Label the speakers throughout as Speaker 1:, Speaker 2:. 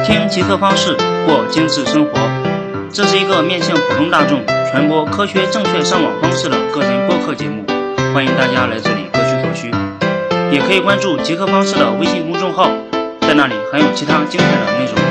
Speaker 1: 听极客方式过精致生活，这是一个面向普通大众传播科学正确上网方式的个人播客节目，欢迎大家来这里各取所需。也可以关注极客方式的微信公众号，在那里还有其他精彩的内容。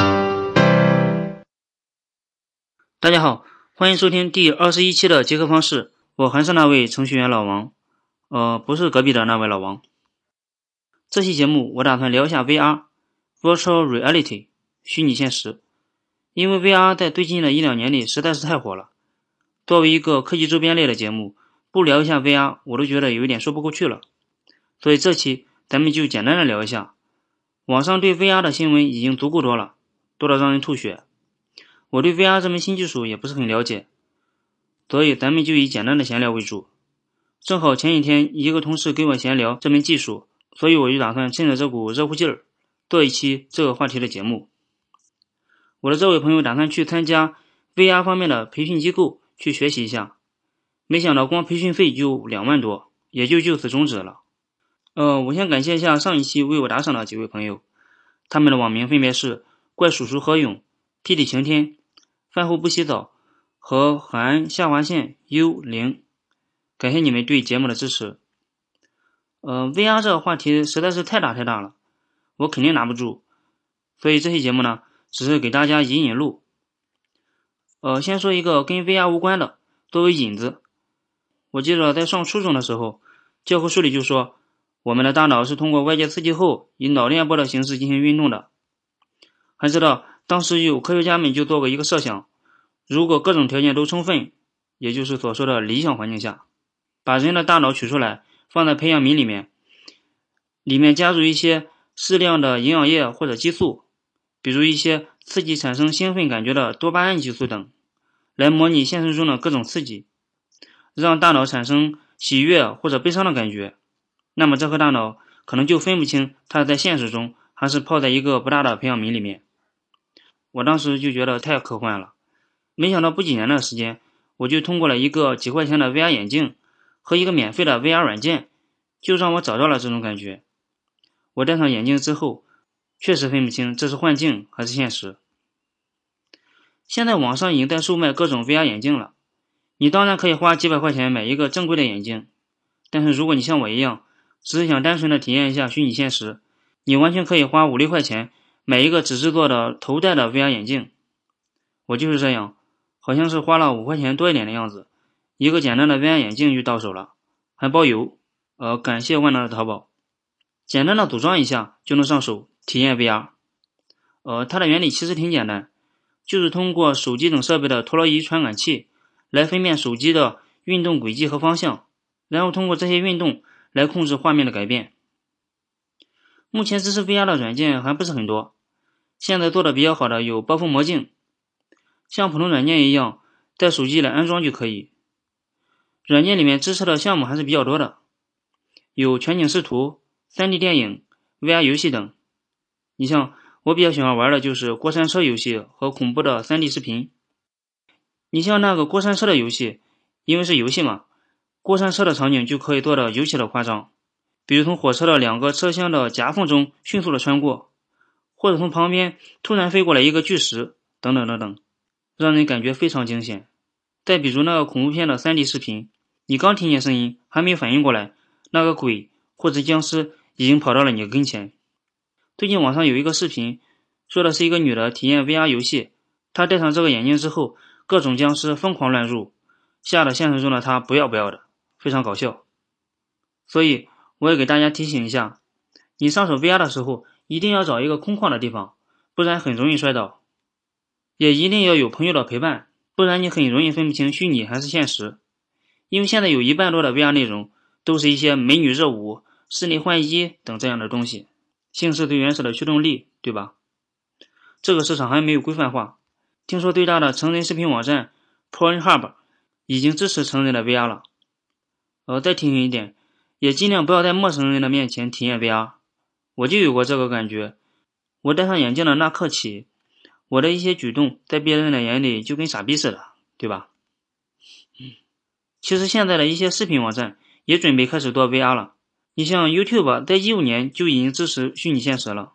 Speaker 1: 大家好，欢迎收听第21期的极客方式，我还是那位程序员老王，不是隔壁的那位老王。这期节目我打算聊一下 VR、Virtual Reality 虚拟现实，因为 VR 在最近的1-2年里实在是太火了。作为一个科技周边类的节目，不聊一下 VR 我都觉得有一点说不过去了。所以这期咱们就简单的聊一下。网上对 VR 的新闻已经足够多了，多到让人吐血。我对 VR 这门新技术也不是很了解，所以咱们就以简单的闲聊为主。正好前几天一个同事跟我闲聊这门技术，所以我就打算趁着这股热乎劲儿做一期这个话题的节目。我的这位朋友打算去参加 VR 方面的培训机构去学习一下，没想到光培训费就2万多，也就此终止了。我先感谢一下上一期为我打赏的几位朋友，他们的网名分别是怪叔叔何勇、霹雳晴天、饭后不洗澡和韩下划线 U0， 感谢你们对节目的支持。VR 这个话题实在是太大了，我肯定拿不住，所以这期节目呢，只是给大家引路。先说一个跟 VR 无关的，作为引子。我记得在上初中的时候，教科书里就说，我们的大脑是通过外界刺激后，以脑电波的形式进行运动的。还知道当时有科学家们就做过一个设想，如果各种条件都充分，也就是所说的理想环境下，把人的大脑取出来，放在培养皿里面加入一些适量的营养液或者激素，比如一些刺激产生兴奋感觉的多巴胺激素等，来模拟现实中的各种刺激，让大脑产生喜悦或者悲伤的感觉。那么这颗大脑可能就分不清它在现实中还是泡在一个不大的培养皿里面。我当时就觉得太科幻了，没想到不几年的时间，我就通过了一个几块钱的 VR 眼镜和一个免费的 VR 软件，就让我找到了这种感觉。我戴上眼镜之后，确实分不清这是幻境还是现实。现在网上已经在售卖各种 VR 眼镜了，你当然可以花几百块钱买一个正规的眼镜，但是如果你像我一样，只是想单纯的体验一下虚拟现实，你完全可以花5-6块钱买一个纸质做的头戴的 VR 眼镜。我就是这样，好像是花了5块钱多一点的样子，一个简单的 VR 眼镜就到手了，还包邮。感谢万能的淘宝。简单的组装一下就能上手体验 VR。它的原理其实挺简单，就是通过手机等设备的陀螺仪传感器来分辨手机的运动轨迹和方向，然后通过这些运动来控制画面的改变。目前支持 VR 的软件还不是很多，现在做的比较好的有暴风魔镜，像普通软件一样在手机里安装就可以。软件里面支持的项目还是比较多的，有全景视图、3D 电影、VR 游戏等。你像我比较喜欢玩的就是过山车游戏和恐怖的 3D 视频。你像那个过山车的游戏，因为是游戏嘛，过山车的场景就可以做到尤其的夸张，比如从火车的2个车厢的夹缝中迅速的穿过，或者从旁边突然飞过来一个巨石，等等等等，让人感觉非常惊险。再比如那个恐怖片的 3D 视频，你刚听见声音还没反应过来，那个鬼或者僵尸已经跑到了你跟前。最近网上有一个视频，说的是一个女的体验 VR 游戏，她戴上这个眼镜之后，各种僵尸疯狂乱入，吓得现实中的她不要的，非常搞笑。所以我也给大家提醒一下，你上手 VR 的时候一定要找一个空旷的地方，不然很容易摔倒。也一定要有朋友的陪伴，不然你很容易分不清虚拟还是现实。因为现在有1半多的 VR 内容都是一些美女热舞、室内换衣等这样的东西，性是最原始的驱动力，对吧？这个市场还没有规范化。听说最大的成人视频网站 Pornhub 已经支持成人的 VR 了。再提醒一点，也尽量不要在陌生人的面前体验 VR。我就有过这个感觉，我戴上眼镜的那刻起，我的一些举动在别人的眼里就跟傻逼似的，对吧？其实现在的一些视频网站也准备开始做 VR 了。你像 YouTube 在15年就已经支持虚拟现实了，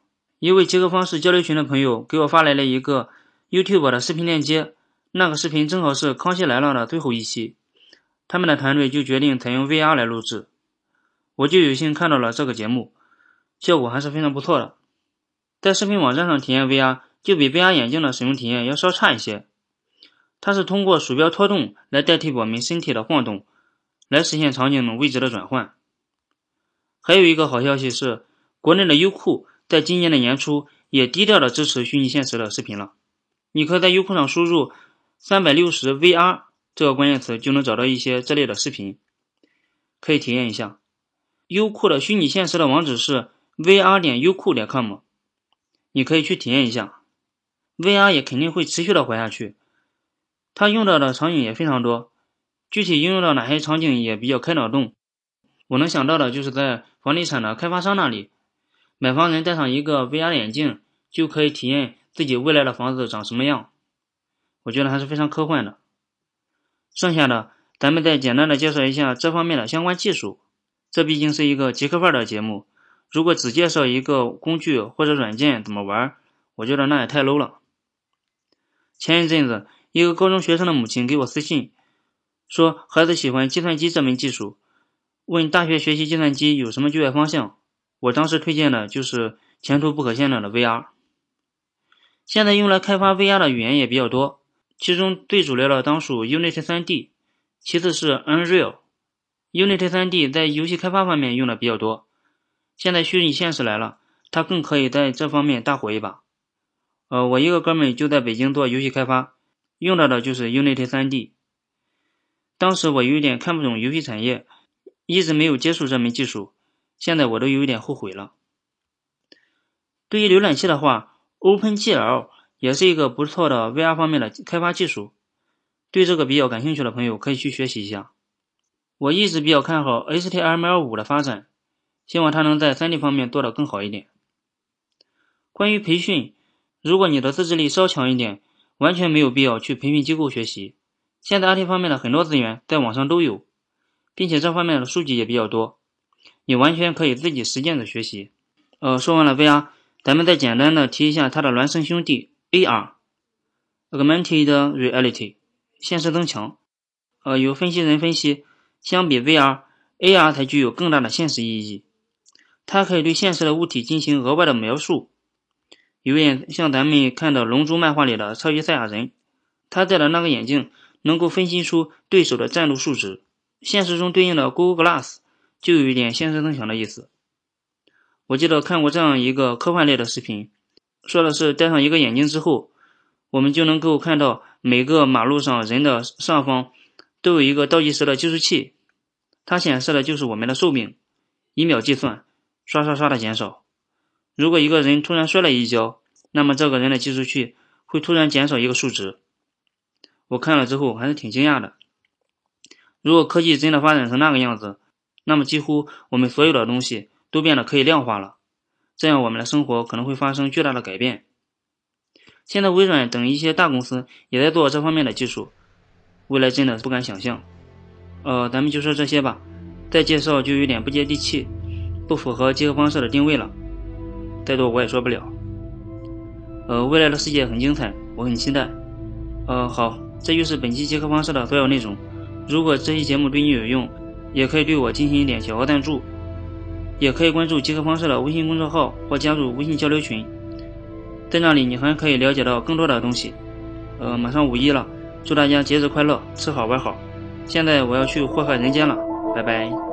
Speaker 1: 一位极客方式交流群的朋友给我发来了一个 YouTube 的视频链接，那个视频正好是康熙来了的最后一期，他们的团队就决定采用 VR 来录制，我就有幸看到了这个节目，效果还是非常不错的。在视频网站上体验 VR 就比 VR 眼镜的使用体验要稍差一些，它是通过鼠标拖动来代替我们身体的晃动，来实现场景位置的转换。还有一个好消息是，国内的优酷在今年的年初也低调的支持虚拟现实的视频了。你可以在优酷上输入360 VR 这个关键词，就能找到一些这类的视频，可以体验一下。优酷的虚拟现实的网址是 vr.优酷.com， 你可以去体验一下。VR 也肯定会持续的活下去，它用到的场景也非常多，具体应用到哪些场景也比较开脑洞。我能想到的就是在房地产的开发商那里，买房人戴上一个 VR 眼镜，就可以体验自己未来的房子长什么样，我觉得还是非常科幻的。剩下的咱们再简单的介绍一下这方面的相关技术，这毕竟是一个极客范的节目，如果只介绍一个工具或者软件怎么玩，我觉得那也太 low 了。前一阵子一个高中学生的母亲给我私信说孩子喜欢计算机这门技术，问大学学习计算机有什么就业方向，我当时推荐的就是前途不可限量的 VR。 现在用来开发 VR 的语言也比较多，其中最主流的当属 Unity 3D， 其次是 Unreal。 Unity 3D 在游戏开发方面用的比较多，现在虚拟现实来了，它更可以在这方面大火一把。我一个哥们就在北京做游戏开发，用到的就是 Unity 3D。 当时我有点看不懂游戏产业，一直没有接触这门技术，现在我都有一点后悔了。对于浏览器的话， OpenGL 也是一个不错的 VR 方面的开发技术，对这个比较感兴趣的朋友可以去学习一下。我一直比较看好 HTML5 的发展，希望它能在 3D 方面做得更好一点。关于培训，如果你的自制力稍强一点，完全没有必要去培训机构学习，现在 IT 方面的很多资源在网上都有，并且这方面的数据也比较多，你完全可以自己实践着学习。说完了 VR， 咱们再简单的提一下它的孪生兄弟 AR Augmented Reality 现实增强。有分析人分析，相比 VR，AR 才具有更大的现实意义，它可以对现实的物体进行额外的描述，有点像咱们看的龙珠漫画里的超级赛亚人，他戴的那个眼镜能够分析出对手的战斗数值，现实中对应的 Google Glass 就有一点现实增强的意思。我记得看过这样一个科幻类的视频，说的是戴上一个眼镜之后，我们就能够看到每个马路上人的上方都有一个倒计时的计数器，它显示的就是我们的寿命，以秒计算，刷刷刷的减少。如果一个人突然摔了一跤，那么这个人的计数器会突然减少一个数值。我看了之后还是挺惊讶的。如果科技真的发展成那个样子，那么几乎我们所有的东西都变得可以量化了，这样我们的生活可能会发生巨大的改变。现在微软等一些大公司也在做这方面的技术，未来真的不敢想象。咱们就说这些吧，再介绍就有点不接地气，不符合极客方式的定位了，再多我也说不了。未来的世界很精彩，我很期待。好，这就是本期极客方式的所有内容。如果这期节目对你有用，也可以对我进行一点小额赞助，也可以关注极客方式的微信公众号或加入微信交流群，在那里你还可以了解到更多的东西。马上5·1了，祝大家节日快乐，吃好玩好。现在我要去祸害人间了，拜拜。